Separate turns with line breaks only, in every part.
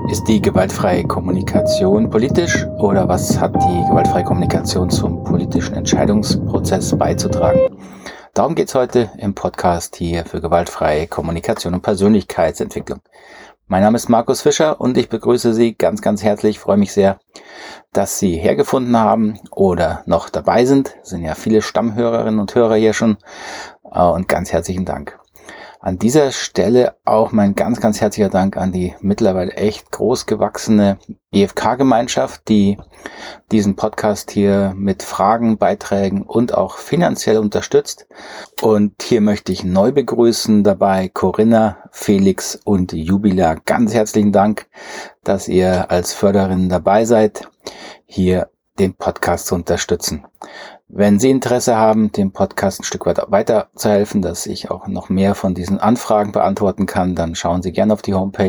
Ist die gewaltfreie Kommunikation politisch oder was hat die gewaltfreie Kommunikation zum politischen Entscheidungsprozess beizutragen? Darum geht es heute im Podcast hier für gewaltfreie Kommunikation und Persönlichkeitsentwicklung. Mein Name ist Markus Fischer und ich begrüße Sie ganz, ganz herzlich. Ich freue mich sehr, dass Sie hergefunden haben oder noch dabei sind. Es sind ja viele Stammhörerinnen und Hörer hier schon und ganz herzlichen Dank. An dieser Stelle auch mein ganz, ganz herzlicher Dank an die mittlerweile echt groß gewachsene GfK-Gemeinschaft, die diesen Podcast hier mit Fragen, Beiträgen und auch finanziell unterstützt. Und hier möchte ich neu begrüßen dabei Corinna, Felix und Jubila. Ganz herzlichen Dank, dass ihr als Förderin dabei seid, hier den Podcast zu unterstützen. Wenn Sie Interesse haben, dem Podcast ein Stück weit weiterzuhelfen, dass ich auch noch mehr von diesen Anfragen beantworten kann, dann schauen Sie gerne auf die Homepage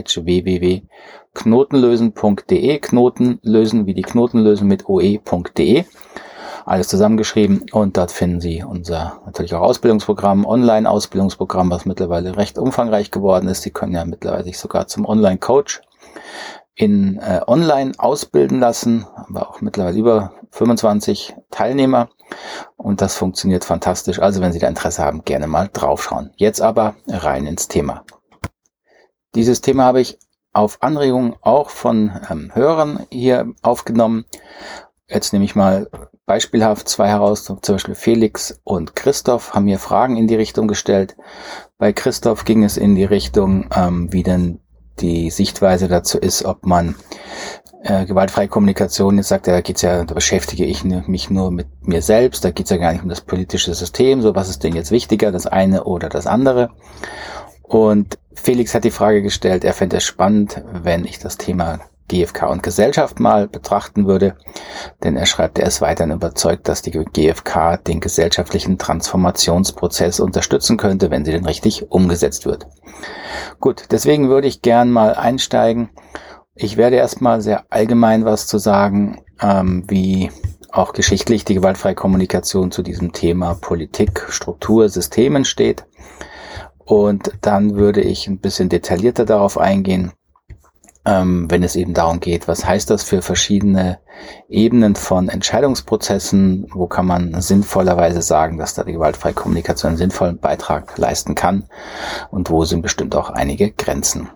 www.knotenlösen.de, Knoten lösen wie die Knoten lösen mit oe.de, alles zusammengeschrieben, und dort finden Sie unser natürlich auch Ausbildungsprogramm, Online-Ausbildungsprogramm, was mittlerweile recht umfangreich geworden ist. Sie können ja mittlerweile sich sogar zum Online-Coach in online ausbilden lassen, aber auch mittlerweile über 25 Teilnehmer, und das funktioniert fantastisch. Also wenn Sie da Interesse haben, gerne mal draufschauen. Jetzt aber rein ins Thema. Dieses Thema habe ich auf Anregung auch von Hörern hier aufgenommen. Jetzt nehme ich mal beispielhaft zwei heraus, zum Beispiel Felix und Christoph haben mir Fragen in die Richtung gestellt. Bei Christoph ging es in die Richtung, wie denn die Sichtweise dazu ist, ob man gewaltfreie Kommunikation, jetzt sagt er, da beschäftige ich mich nur mit mir selbst, da geht's ja gar nicht um das politische System, so was ist denn jetzt wichtiger, das eine oder das andere? Und Felix hat die Frage gestellt, er fände es spannend, wenn ich das Thema GfK und Gesellschaft mal betrachten würde, denn er schreibt, er ist weiterhin überzeugt, dass die GfK den gesellschaftlichen Transformationsprozess unterstützen könnte, wenn sie denn richtig umgesetzt wird. Gut, deswegen würde ich gern mal einsteigen. Ich werde erstmal sehr allgemein was zu sagen, wie auch geschichtlich die gewaltfreie Kommunikation zu diesem Thema Politik, Struktur, Systemen steht. Und dann würde ich ein bisschen detaillierter darauf eingehen, wenn es eben darum geht, was heißt das für verschiedene Ebenen von Entscheidungsprozessen, wo kann man sinnvollerweise sagen, dass da die gewaltfreie Kommunikation einen sinnvollen Beitrag leisten kann und wo sind bestimmt auch einige Grenzen.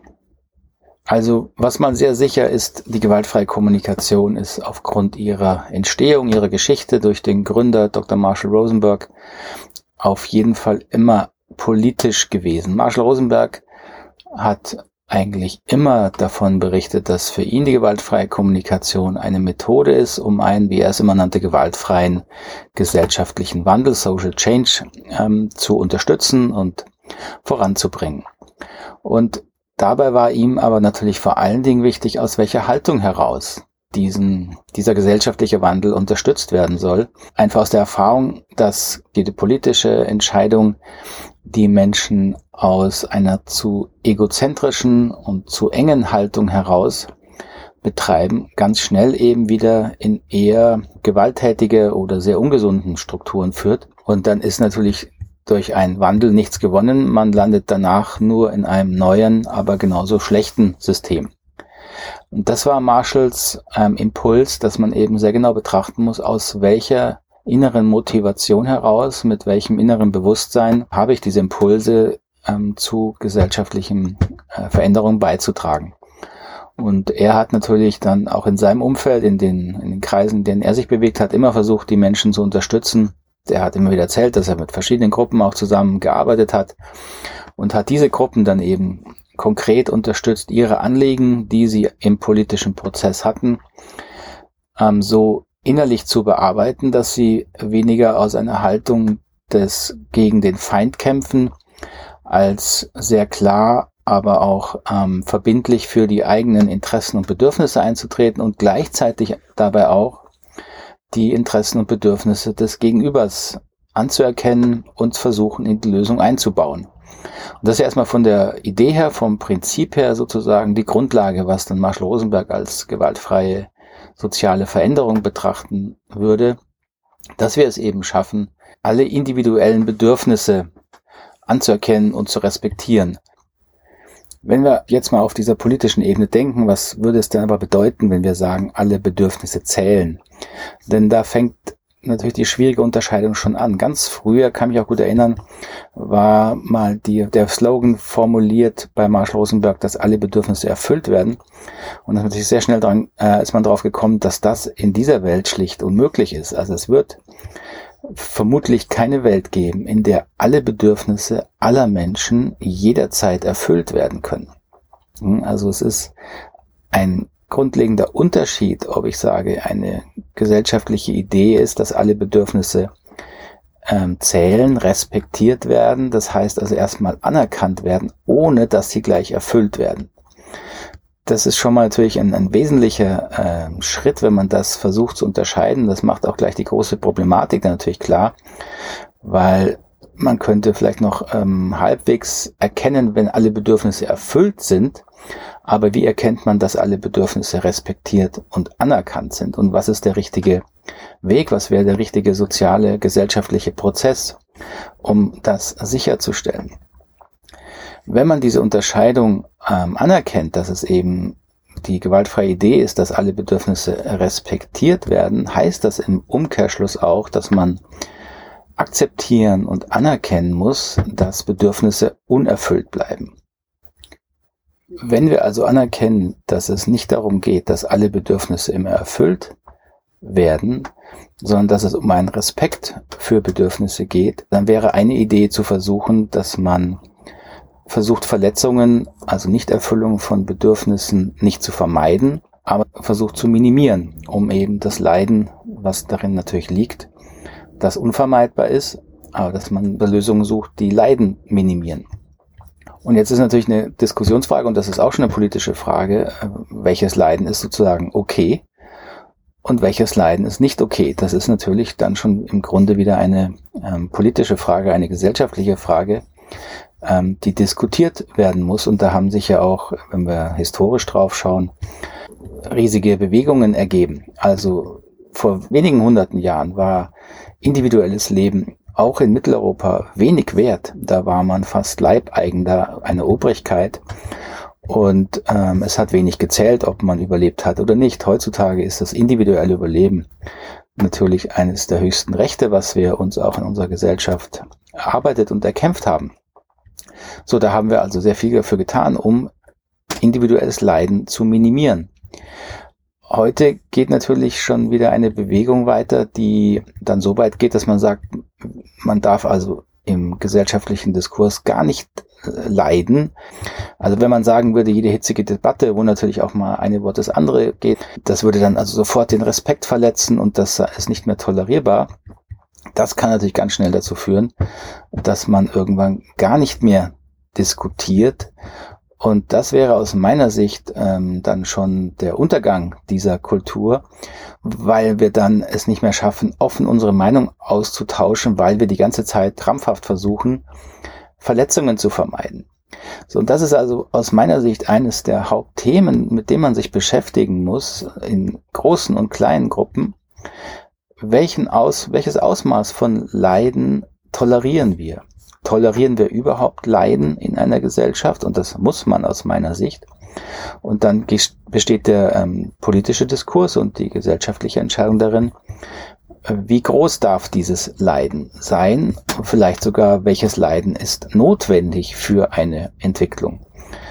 Also was man sehr sicher ist, die gewaltfreie Kommunikation ist aufgrund ihrer Entstehung, ihrer Geschichte durch den Gründer Dr. Marshall Rosenberg auf jeden Fall immer politisch gewesen. Marshall Rosenberg hat eigentlich immer davon berichtet, dass für ihn die gewaltfreie Kommunikation eine Methode ist, um einen, wie er es immer nannte, gewaltfreien gesellschaftlichen Wandel, Social Change, zu unterstützen und voranzubringen. Und dabei war ihm aber natürlich vor allen Dingen wichtig, aus welcher Haltung heraus dieser gesellschaftliche Wandel unterstützt werden soll. Einfach aus der Erfahrung, dass jede politische Entscheidung die Menschen aus einer zu egozentrischen und zu engen Haltung heraus betreiben, ganz schnell eben wieder in eher gewalttätige oder sehr ungesunden Strukturen führt. Und dann ist natürlich durch einen Wandel nichts gewonnen. Man landet danach nur in einem neuen, aber genauso schlechten System. Und das war Marshalls Impuls, dass man eben sehr genau betrachten muss, aus welcher inneren Motivation heraus, mit welchem inneren Bewusstsein habe ich diese Impulse zu gesellschaftlichen Veränderungen beizutragen. Und er hat natürlich dann auch in seinem Umfeld, in den Kreisen, in denen er sich bewegt hat, immer versucht, die Menschen zu unterstützen. Er hat immer wieder erzählt, dass er mit verschiedenen Gruppen auch zusammengearbeitet hat und hat diese Gruppen dann eben konkret unterstützt, ihre Anliegen, die sie im politischen Prozess hatten, so innerlich zu bearbeiten, dass sie weniger aus einer Haltung des gegen den Feind kämpfen, als sehr klar, aber auch verbindlich für die eigenen Interessen und Bedürfnisse einzutreten und gleichzeitig dabei auch die Interessen und Bedürfnisse des Gegenübers anzuerkennen und versuchen, in die Lösung einzubauen. Und das ist ja erstmal von der Idee her, vom Prinzip her sozusagen die Grundlage, was dann Marshall Rosenberg als gewaltfreie soziale Veränderung betrachten würde, dass wir es eben schaffen, alle individuellen Bedürfnisse anzuerkennen und zu respektieren. Wenn wir jetzt mal auf dieser politischen Ebene denken, was würde es denn aber bedeuten, wenn wir sagen, alle Bedürfnisse zählen? Denn da fängt natürlich die schwierige Unterscheidung schon an. Ganz früher, kann mich auch gut erinnern, war mal der Slogan formuliert bei Marshall Rosenberg, dass alle Bedürfnisse erfüllt werden. Und dann ist sehr schnell ist man drauf gekommen, dass das in dieser Welt schlicht unmöglich ist. Also es wird vermutlich keine Welt geben, in der alle Bedürfnisse aller Menschen jederzeit erfüllt werden können. Also es ist ein grundlegender Unterschied, ob ich sage, eine gesellschaftliche Idee ist, dass alle Bedürfnisse zählen, respektiert werden, das heißt also erstmal anerkannt werden, ohne dass sie gleich erfüllt werden. Das ist schon mal natürlich ein wesentlicher Schritt, wenn man das versucht zu unterscheiden. Das macht auch gleich die große Problematik dann natürlich klar, weil man könnte vielleicht noch halbwegs erkennen, wenn alle Bedürfnisse erfüllt sind, aber wie erkennt man, dass alle Bedürfnisse respektiert und anerkannt sind? Und was ist der richtige Weg? Was wäre der richtige soziale, gesellschaftliche Prozess, um das sicherzustellen? Wenn man diese Unterscheidung anerkennt, dass es eben die gewaltfreie Idee ist, dass alle Bedürfnisse respektiert werden, heißt das im Umkehrschluss auch, dass man akzeptieren und anerkennen muss, dass Bedürfnisse unerfüllt bleiben. Wenn wir also anerkennen, dass es nicht darum geht, dass alle Bedürfnisse immer erfüllt werden, sondern dass es um einen Respekt für Bedürfnisse geht, dann wäre eine Idee zu versuchen, dass man versucht, Verletzungen, also Nichterfüllung von Bedürfnissen nicht zu vermeiden, aber versucht zu minimieren, um eben das Leiden, was darin natürlich liegt, das unvermeidbar ist, aber dass man Lösungen sucht, die Leiden minimieren. Und jetzt ist natürlich eine Diskussionsfrage, und das ist auch schon eine politische Frage, welches Leiden ist sozusagen okay und welches Leiden ist nicht okay. Das ist natürlich dann schon im Grunde wieder eine politische Frage, eine gesellschaftliche Frage, die diskutiert werden muss. Und da haben sich ja auch, wenn wir historisch drauf schauen, riesige Bewegungen ergeben. Also vor wenigen hunderten Jahren war individuelles Leben auch in Mitteleuropa wenig wert. Da war man fast Leibeigner einer Obrigkeit und es hat wenig gezählt, ob man überlebt hat oder nicht. Heutzutage ist das individuelle Überleben natürlich eines der höchsten Rechte, was wir uns auch in unserer Gesellschaft erarbeitet und erkämpft haben. So, da haben wir also sehr viel dafür getan, um individuelles Leiden zu minimieren. Heute geht natürlich schon wieder eine Bewegung weiter, die dann so weit geht, dass man sagt, man darf also im gesellschaftlichen Diskurs gar nicht leiden. Also wenn man sagen würde, jede hitzige Debatte, wo natürlich auch mal eine Wort das andere geht, das würde dann also sofort den Respekt verletzen und das ist nicht mehr tolerierbar. Das kann natürlich ganz schnell dazu führen, dass man irgendwann gar nicht mehr diskutiert. Und das wäre aus meiner Sicht dann schon der Untergang dieser Kultur, weil wir dann es nicht mehr schaffen, offen unsere Meinung auszutauschen, weil wir die ganze Zeit krampfhaft versuchen, Verletzungen zu vermeiden. So, und das ist also aus meiner Sicht eines der Hauptthemen, mit dem man sich beschäftigen muss, in großen und kleinen Gruppen. Welches Ausmaß von Leiden tolerieren wir? Tolerieren wir überhaupt Leiden in einer Gesellschaft? Und das muss man aus meiner Sicht. Und dann besteht der politische Diskurs und die gesellschaftliche Entscheidung darin, wie groß darf dieses Leiden sein? Vielleicht sogar, welches Leiden ist notwendig für eine Entwicklung?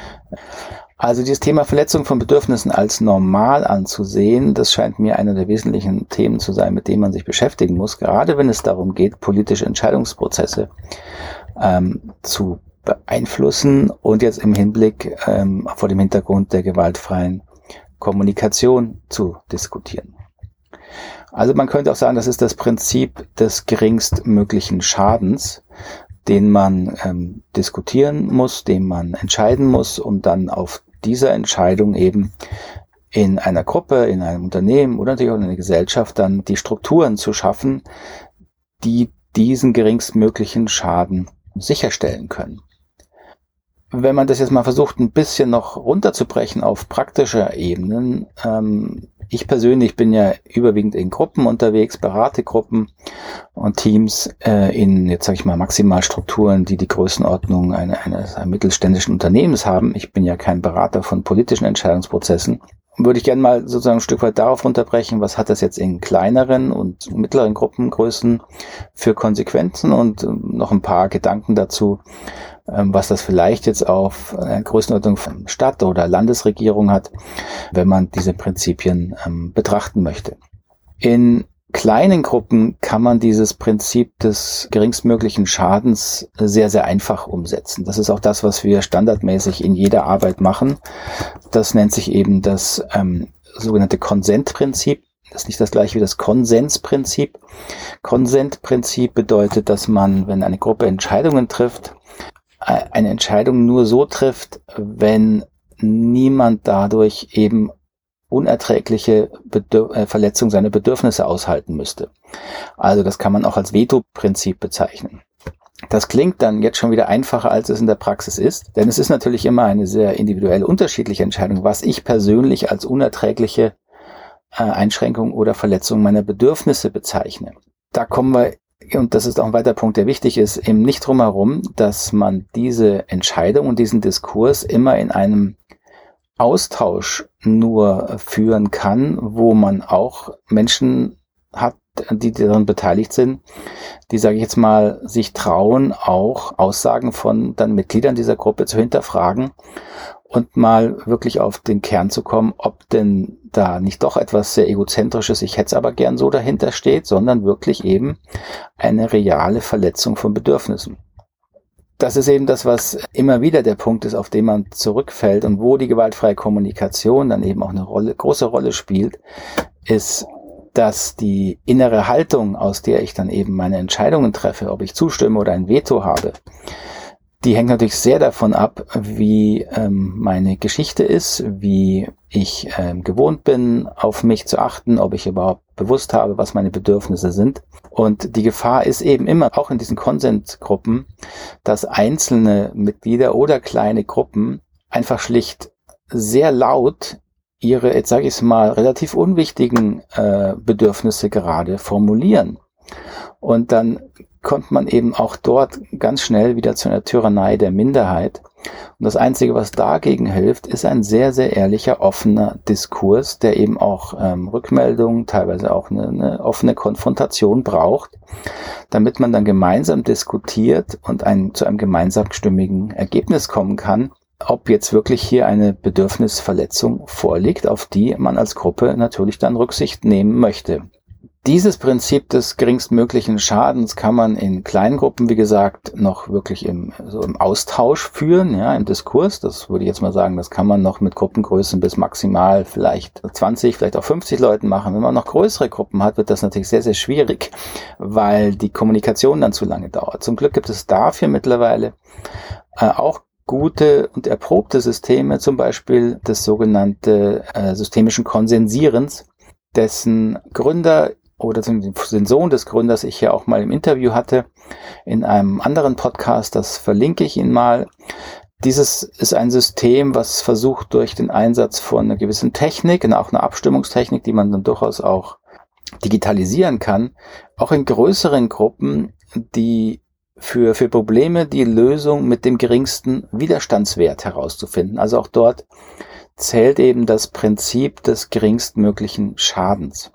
Also dieses Thema Verletzung von Bedürfnissen als normal anzusehen, das scheint mir einer der wesentlichen Themen zu sein, mit denen man sich beschäftigen muss, gerade wenn es darum geht, politische Entscheidungsprozesse zu beeinflussen und jetzt im Hinblick vor dem Hintergrund der gewaltfreien Kommunikation zu diskutieren. Also man könnte auch sagen, das ist das Prinzip des geringstmöglichen Schadens, den man diskutieren muss, den man entscheiden muss, um dann auf dieser Entscheidung eben in einer Gruppe, in einem Unternehmen oder natürlich auch in einer Gesellschaft dann die Strukturen zu schaffen, die diesen geringstmöglichen Schaden sicherstellen können. Wenn man das jetzt mal versucht, ein bisschen noch runterzubrechen auf praktischer Ebenen, Ich persönlich bin ja überwiegend in Gruppen unterwegs, berate Gruppen und Teams in, jetzt sage ich mal, Maximalstrukturen, die die Größenordnung eines mittelständischen Unternehmens haben. Ich bin ja kein Berater von politischen Entscheidungsprozessen. Würde ich gerne mal sozusagen ein Stück weit darauf runterbrechen, was hat das jetzt in kleineren und mittleren Gruppengrößen für Konsequenzen und noch ein paar Gedanken dazu, was das vielleicht jetzt auf Größenordnung von Stadt- oder Landesregierung hat, wenn man diese Prinzipien betrachten möchte. In kleinen Gruppen kann man dieses Prinzip des geringstmöglichen Schadens sehr, sehr einfach umsetzen. Das ist auch das, was wir standardmäßig in jeder Arbeit machen. Das nennt sich eben das sogenannte Konsentprinzip. Das ist nicht das gleiche wie das Konsensprinzip. Konsentprinzip bedeutet, dass man, wenn eine Gruppe Entscheidungen trifft, eine Entscheidung nur so trifft, wenn niemand dadurch eben unerträgliche Verletzung seiner Bedürfnisse aushalten müsste. Also das kann man auch als Veto-Prinzip bezeichnen. Das klingt dann jetzt schon wieder einfacher, als es in der Praxis ist, denn es ist natürlich immer eine sehr individuell unterschiedliche Entscheidung, was ich persönlich als unerträgliche Einschränkung oder Verletzung meiner Bedürfnisse bezeichne. Da kommen wir, und das ist auch ein weiterer Punkt, der wichtig ist, eben nicht drum herum, dass man diese Entscheidung und diesen Diskurs immer in einem Austausch nur führen kann, wo man auch Menschen hat, die daran beteiligt sind, die, sage ich jetzt mal, sich trauen, auch Aussagen von dann Mitgliedern dieser Gruppe zu hinterfragen und mal wirklich auf den Kern zu kommen, ob denn da nicht doch etwas sehr Egozentrisches, ich hätte es aber gern so, dahinter steht, sondern wirklich eben eine reale Verletzung von Bedürfnissen. Das ist eben das, was immer wieder der Punkt ist, auf den man zurückfällt und wo die gewaltfreie Kommunikation dann eben auch eine große Rolle spielt, ist, dass die innere Haltung, aus der ich dann eben meine Entscheidungen treffe, ob ich zustimme oder ein Veto habe, die hängt natürlich sehr davon ab, wie meine Geschichte ist, wie ich gewohnt bin, auf mich zu achten, ob ich überhaupt bewusst habe, was meine Bedürfnisse sind. Und die Gefahr ist eben immer, auch in diesen Konsensgruppen, dass einzelne Mitglieder oder kleine Gruppen einfach schlicht sehr laut ihre, jetzt sage ich es mal, relativ unwichtigen Bedürfnisse gerade formulieren. Und dann kommt man eben auch dort ganz schnell wieder zu einer Tyrannei der Minderheit. Und das Einzige, was dagegen hilft, ist ein sehr, sehr ehrlicher, offener Diskurs, der eben auch Rückmeldungen, teilweise auch eine offene Konfrontation braucht, damit man dann gemeinsam diskutiert und zu einem gemeinsam stimmigen Ergebnis kommen kann, ob jetzt wirklich hier eine Bedürfnisverletzung vorliegt, auf die man als Gruppe natürlich dann Rücksicht nehmen möchte. Dieses Prinzip des geringstmöglichen Schadens kann man in kleinen Gruppen, wie gesagt, noch wirklich im Austausch führen, ja, im Diskurs. Das würde ich jetzt mal sagen, das kann man noch mit Gruppengrößen bis maximal vielleicht 20, vielleicht auch 50 Leuten machen. Wenn man noch größere Gruppen hat, wird das natürlich sehr, sehr schwierig, weil die Kommunikation dann zu lange dauert. Zum Glück gibt es dafür mittlerweile auch gute und erprobte Systeme, zum Beispiel das sogenannte systemischen Konsensierens, dessen Gründer oder den Sohn des Gründers ich ja auch mal im Interview hatte, in einem anderen Podcast, das verlinke ich Ihnen mal. Dieses ist ein System, was versucht durch den Einsatz von einer gewissen Technik und auch einer Abstimmungstechnik, die man dann durchaus auch digitalisieren kann, auch in größeren Gruppen die für Probleme die Lösung mit dem geringsten Widerstandswert herauszufinden. Also auch dort zählt eben das Prinzip des geringstmöglichen Schadens.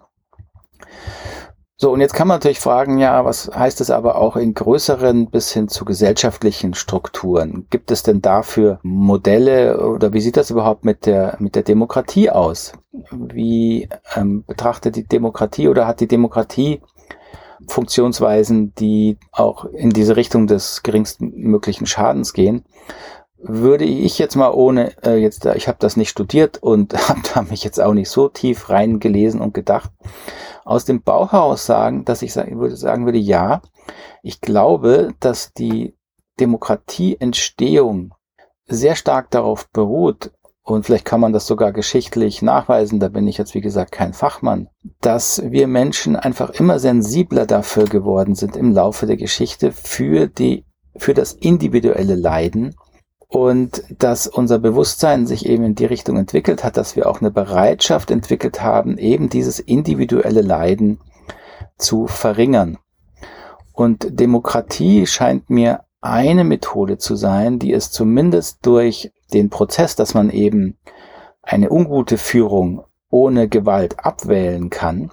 So, und jetzt kann man natürlich fragen, ja, was heißt es aber auch in größeren bis hin zu gesellschaftlichen Strukturen? Gibt es denn dafür Modelle oder wie sieht das überhaupt mit der Demokratie aus? Wie betrachtet die Demokratie oder hat die Demokratie Funktionsweisen, die auch in diese Richtung des geringstmöglichen Schadens gehen? Würde ich jetzt mal ich habe das nicht studiert und habe da mich jetzt auch nicht so tief reingelesen und gedacht, aus dem Bauch heraus sagen, dass ich sagen würde, ja, ich glaube, dass die Demokratieentstehung sehr stark darauf beruht, und vielleicht kann man das sogar geschichtlich nachweisen, da bin ich jetzt wie gesagt kein Fachmann, dass wir Menschen einfach immer sensibler dafür geworden sind im Laufe der Geschichte für das individuelle Leiden Und dass unser Bewusstsein sich eben in die Richtung entwickelt hat, dass wir auch eine Bereitschaft entwickelt haben, eben dieses individuelle Leiden zu verringern. Und Demokratie scheint mir eine Methode zu sein, die es zumindest durch den Prozess, dass man eben eine ungute Führung ohne Gewalt abwählen kann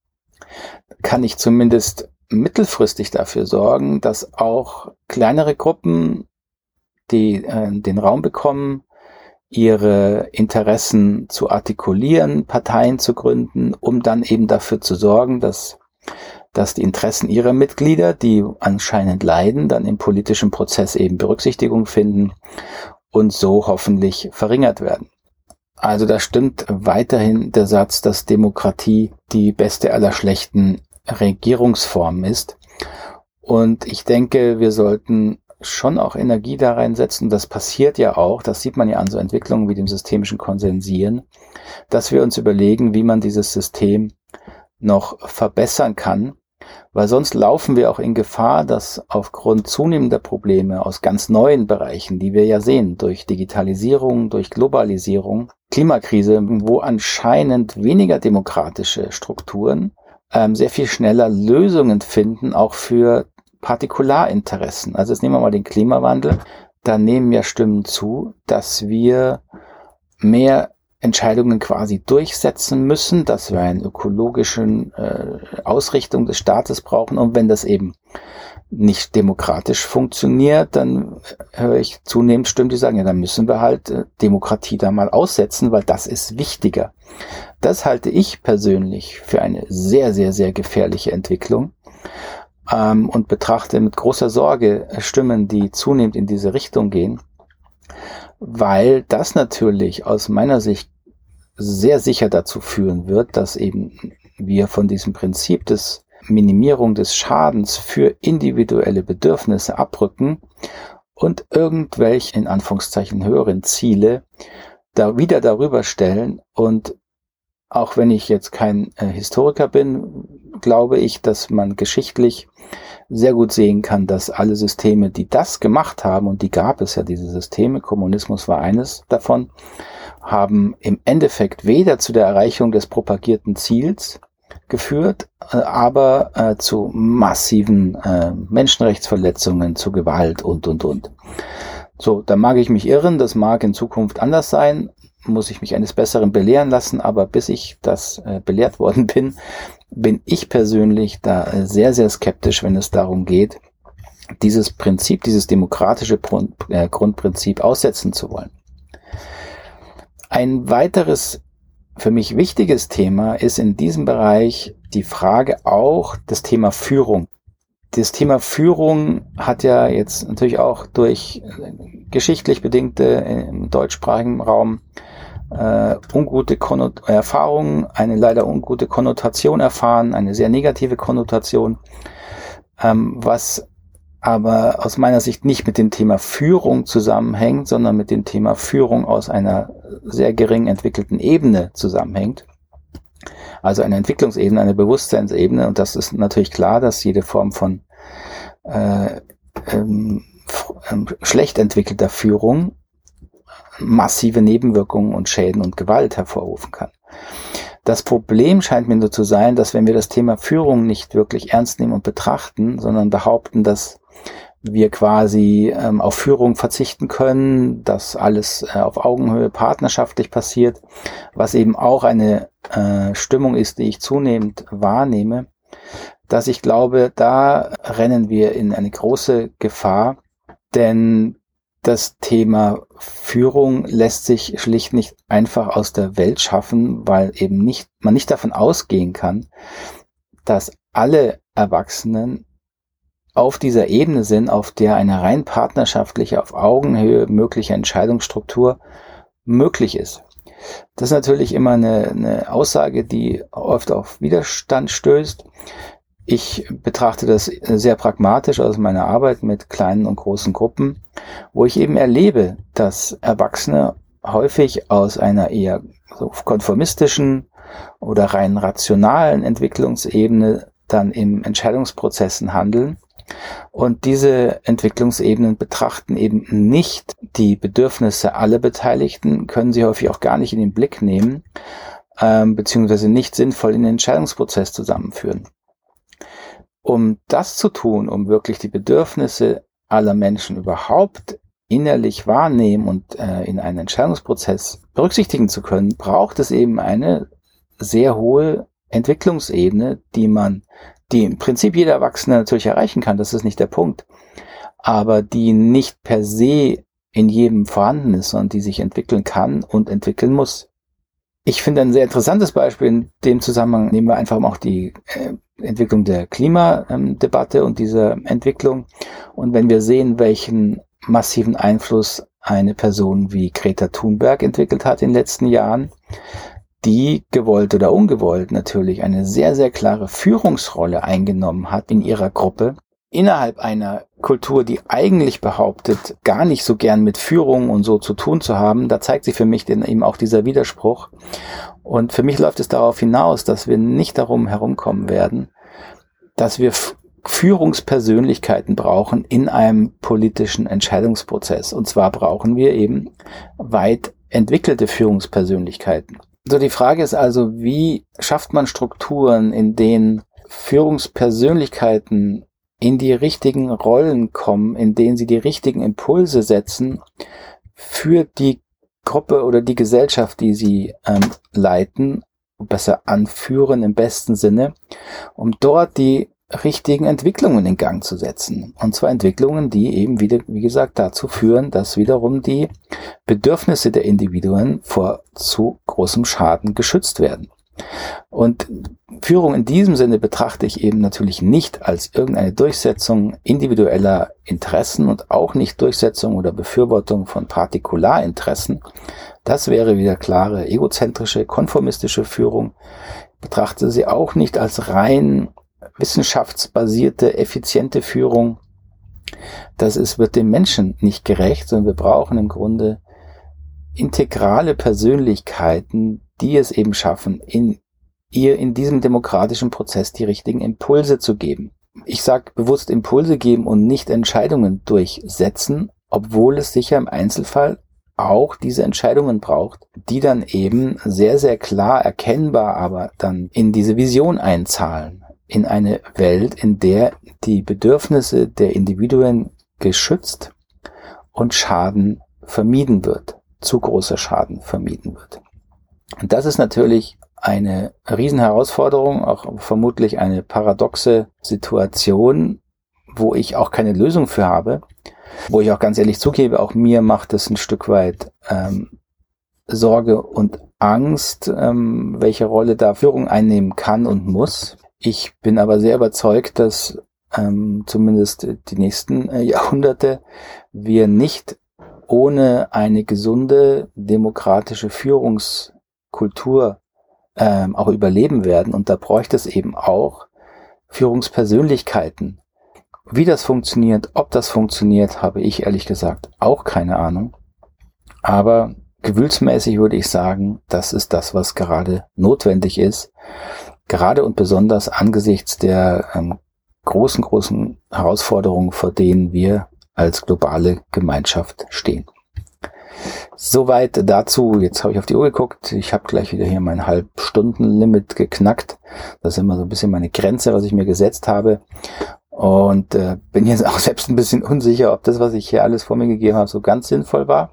ich zumindest mittelfristig dafür sorgen, dass auch kleinere Gruppen, die den Raum bekommen, ihre Interessen zu artikulieren, Parteien zu gründen, um dann eben dafür zu sorgen, dass die Interessen ihrer Mitglieder, die anscheinend leiden, dann im politischen Prozess eben Berücksichtigung finden und so hoffentlich verringert werden. Also da stimmt weiterhin der Satz, dass Demokratie die beste aller schlechten Regierungsformen ist. Und ich denke, wir sollten schon auch Energie da reinsetzen. Das passiert ja auch, das sieht man ja an so Entwicklungen wie dem systemischen Konsensieren, dass wir uns überlegen, wie man dieses System noch verbessern kann, weil sonst laufen wir auch in Gefahr, dass aufgrund zunehmender Probleme aus ganz neuen Bereichen, die wir ja sehen, durch Digitalisierung, durch Globalisierung, Klimakrise, wo anscheinend weniger demokratische Strukturen sehr viel schneller Lösungen finden, auch für Partikularinteressen. Also jetzt nehmen wir mal den Klimawandel, da nehmen ja Stimmen zu, dass wir mehr Entscheidungen quasi durchsetzen müssen, dass wir eine ökologische Ausrichtung des Staates brauchen. Und wenn das eben nicht demokratisch funktioniert, dann höre ich zunehmend Stimmen, die sagen, ja, dann müssen wir halt Demokratie da mal aussetzen, weil das ist wichtiger. Das halte ich persönlich für eine sehr, sehr, sehr gefährliche Entwicklung und betrachte mit großer Sorge Stimmen, die zunehmend in diese Richtung gehen, weil das natürlich aus meiner Sicht sehr sicher dazu führen wird, dass eben wir von diesem Prinzip des Minimierung des Schadens für individuelle Bedürfnisse abrücken und irgendwelche, in Anführungszeichen, höheren Ziele da wieder darüber stellen. Und auch wenn ich jetzt kein Historiker bin, glaube ich, dass man geschichtlich sehr gut sehen kann, dass alle Systeme, die das gemacht haben, und die gab es ja, diese Systeme, Kommunismus war eines davon, haben im Endeffekt weder zu der Erreichung des propagierten Ziels geführt, aber zu massiven Menschenrechtsverletzungen, zu Gewalt und. So, da mag ich mich irren, das mag in Zukunft anders sein, muss ich mich eines Besseren belehren lassen, aber bis ich das belehrt worden bin ich persönlich da sehr, sehr skeptisch, wenn es darum geht, dieses Prinzip, dieses demokratische Grundprinzip aussetzen zu wollen. Ein weiteres für mich wichtiges Thema ist in diesem Bereich die Frage auch das Thema Führung. Das Thema Führung hat ja jetzt natürlich auch durch geschichtlich bedingte im deutschsprachigen Raum ungute Erfahrungen, eine leider ungute Konnotation erfahren, eine sehr negative Konnotation, was aber aus meiner Sicht nicht mit dem Thema Führung zusammenhängt, sondern mit dem Thema Führung aus einer sehr gering entwickelten Ebene zusammenhängt. Also eine Entwicklungsebene, eine Bewusstseinsebene. Und das ist natürlich klar, dass jede Form von schlecht entwickelter Führung massive Nebenwirkungen und Schäden und Gewalt hervorrufen kann. Das Problem scheint mir nur zu sein, dass wenn wir das Thema Führung nicht wirklich ernst nehmen und betrachten, sondern behaupten, dass wir quasi auf Führung verzichten können, dass alles auf Augenhöhe partnerschaftlich passiert, was eben auch eine Stimmung ist, die ich zunehmend wahrnehme, dass ich glaube, da rennen wir in eine große Gefahr, denn das Thema Führung lässt sich schlicht nicht einfach aus der Welt schaffen, weil eben man nicht davon ausgehen kann, dass alle Erwachsenen auf dieser Ebene sind, auf der eine rein partnerschaftliche, auf Augenhöhe mögliche Entscheidungsstruktur möglich ist. Das ist natürlich immer eine Aussage, die oft auf Widerstand stößt. Ich betrachte das sehr pragmatisch aus meiner Arbeit mit kleinen und großen Gruppen, wo ich eben erlebe, dass Erwachsene häufig aus einer eher so konformistischen oder rein rationalen Entwicklungsebene dann in Entscheidungsprozessen handeln Und diese Entwicklungsebenen betrachten eben nicht die Bedürfnisse aller Beteiligten, können sie häufig auch gar nicht in den Blick nehmen, beziehungsweise nicht sinnvoll in den Entscheidungsprozess zusammenführen. Um das zu tun, um wirklich die Bedürfnisse aller Menschen überhaupt innerlich wahrnehmen und in einen Entscheidungsprozess berücksichtigen zu können, braucht es eben eine sehr hohe Entwicklungsebene, die im Prinzip jeder Erwachsene natürlich erreichen kann, das ist nicht der Punkt, aber die nicht per se in jedem vorhanden ist, sondern die sich entwickeln kann und entwickeln muss. Ich finde ein sehr interessantes Beispiel in dem Zusammenhang, nehmen wir einfach auch die Entwicklung der Klimadebatte und dieser Entwicklung. Und wenn wir sehen, welchen massiven Einfluss eine Person wie Greta Thunberg entwickelt hat in den letzten Jahren, die gewollt oder ungewollt natürlich eine sehr, sehr klare Führungsrolle eingenommen hat in ihrer Gruppe, innerhalb einer Kultur, die eigentlich behauptet, gar nicht so gern mit Führung und so zu tun zu haben, da zeigt sich für mich eben auch dieser Widerspruch. Und für mich läuft es darauf hinaus, dass wir nicht darum herumkommen werden, dass wir Führungspersönlichkeiten brauchen in einem politischen Entscheidungsprozess. Und zwar brauchen wir eben weit entwickelte Führungspersönlichkeiten. So, die Frage ist also, wie schafft man Strukturen, in denen Führungspersönlichkeiten in die richtigen Rollen kommen, in denen sie die richtigen Impulse setzen für die Gruppe oder die Gesellschaft, die sie leiten, besser anführen im besten Sinne, um dort die richtigen Entwicklungen in Gang zu setzen. Und zwar Entwicklungen, die eben wieder, wie gesagt, dazu führen, dass wiederum die Bedürfnisse der Individuen vor zu großem Schaden geschützt werden. Und Führung in diesem Sinne betrachte ich eben natürlich nicht als irgendeine Durchsetzung individueller Interessen und auch nicht Durchsetzung oder Befürwortung von Partikularinteressen. Das wäre wieder klare egozentrische, konformistische Führung. Ich betrachte sie auch nicht als rein wissenschaftsbasierte, effiziente Führung. Wird dem Menschen nicht gerecht, sondern wir brauchen im Grunde integrale Persönlichkeiten, die es eben schaffen, in diesem demokratischen Prozess die richtigen Impulse zu geben. Ich sage bewusst Impulse geben und nicht Entscheidungen durchsetzen, obwohl es sicher im Einzelfall auch diese Entscheidungen braucht, die dann eben sehr, sehr klar erkennbar aber dann in diese Vision einzahlen, in eine Welt, in der die Bedürfnisse der Individuen geschützt und Schaden vermieden wird, zu großer Schaden vermieden wird. Und das ist natürlich eine Riesenherausforderung, auch vermutlich eine paradoxe Situation, wo ich auch keine Lösung für habe, wo ich auch ganz ehrlich zugebe, auch mir macht es ein Stück weit Sorge und Angst, welche Rolle da Führung einnehmen kann und muss. Ich bin aber sehr überzeugt, dass zumindest die nächsten Jahrhunderte wir nicht ohne eine gesunde demokratische Führungskultur auch überleben werden. Und da bräuchte es eben auch Führungspersönlichkeiten. Wie das funktioniert, ob das funktioniert, habe ich ehrlich gesagt auch keine Ahnung. Aber gefühlsmäßig würde ich sagen, das ist das, was gerade notwendig ist. Gerade und besonders angesichts der großen Herausforderungen, vor denen wir als globale Gemeinschaft stehen. Soweit dazu. Jetzt habe ich auf die Uhr geguckt. Ich habe gleich wieder hier mein Halbstunden-Limit geknackt. Das ist immer so ein bisschen meine Grenze, was ich mir gesetzt habe. Und bin jetzt auch selbst ein bisschen unsicher, ob das, was ich hier alles vor mir gegeben habe, so ganz sinnvoll war.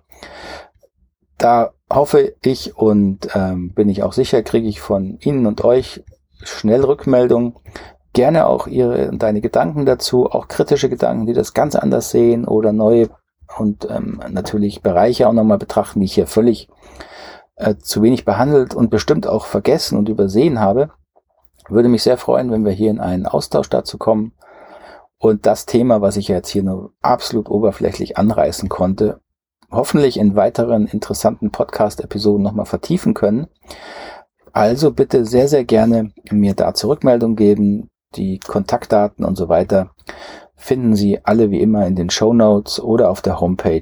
Da hoffe ich und bin ich auch sicher, kriege ich von Ihnen und euch schnell Rückmeldung. Gerne auch deine Gedanken dazu, auch kritische Gedanken, die das ganz anders sehen oder neue und natürlich Bereiche auch nochmal betrachten, die ich hier völlig zu wenig behandelt und bestimmt auch vergessen und übersehen habe. Würde mich sehr freuen, wenn wir hier in einen Austausch dazu kommen und das Thema, was ich jetzt hier nur absolut oberflächlich anreißen konnte, hoffentlich in weiteren interessanten Podcast-Episoden nochmal vertiefen können. Also bitte sehr, sehr gerne mir dazu Rückmeldung geben. Die Kontaktdaten und so weiter finden Sie alle wie immer in den Shownotes oder auf der Homepage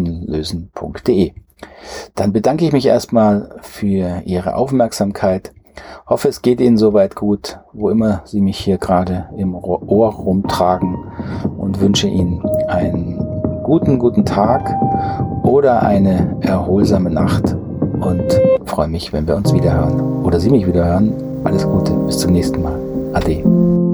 www.knotenlösen.de. Dann bedanke ich mich erstmal für Ihre Aufmerksamkeit Hoffe, es geht Ihnen soweit gut, wo immer Sie mich hier gerade im Ohr rumtragen, und wünsche Ihnen einen guten Tag oder eine erholsame Nacht und freue mich, wenn wir uns wieder hören oder Sie mich wieder hören. Alles Gute, bis zum nächsten Mal. Ade.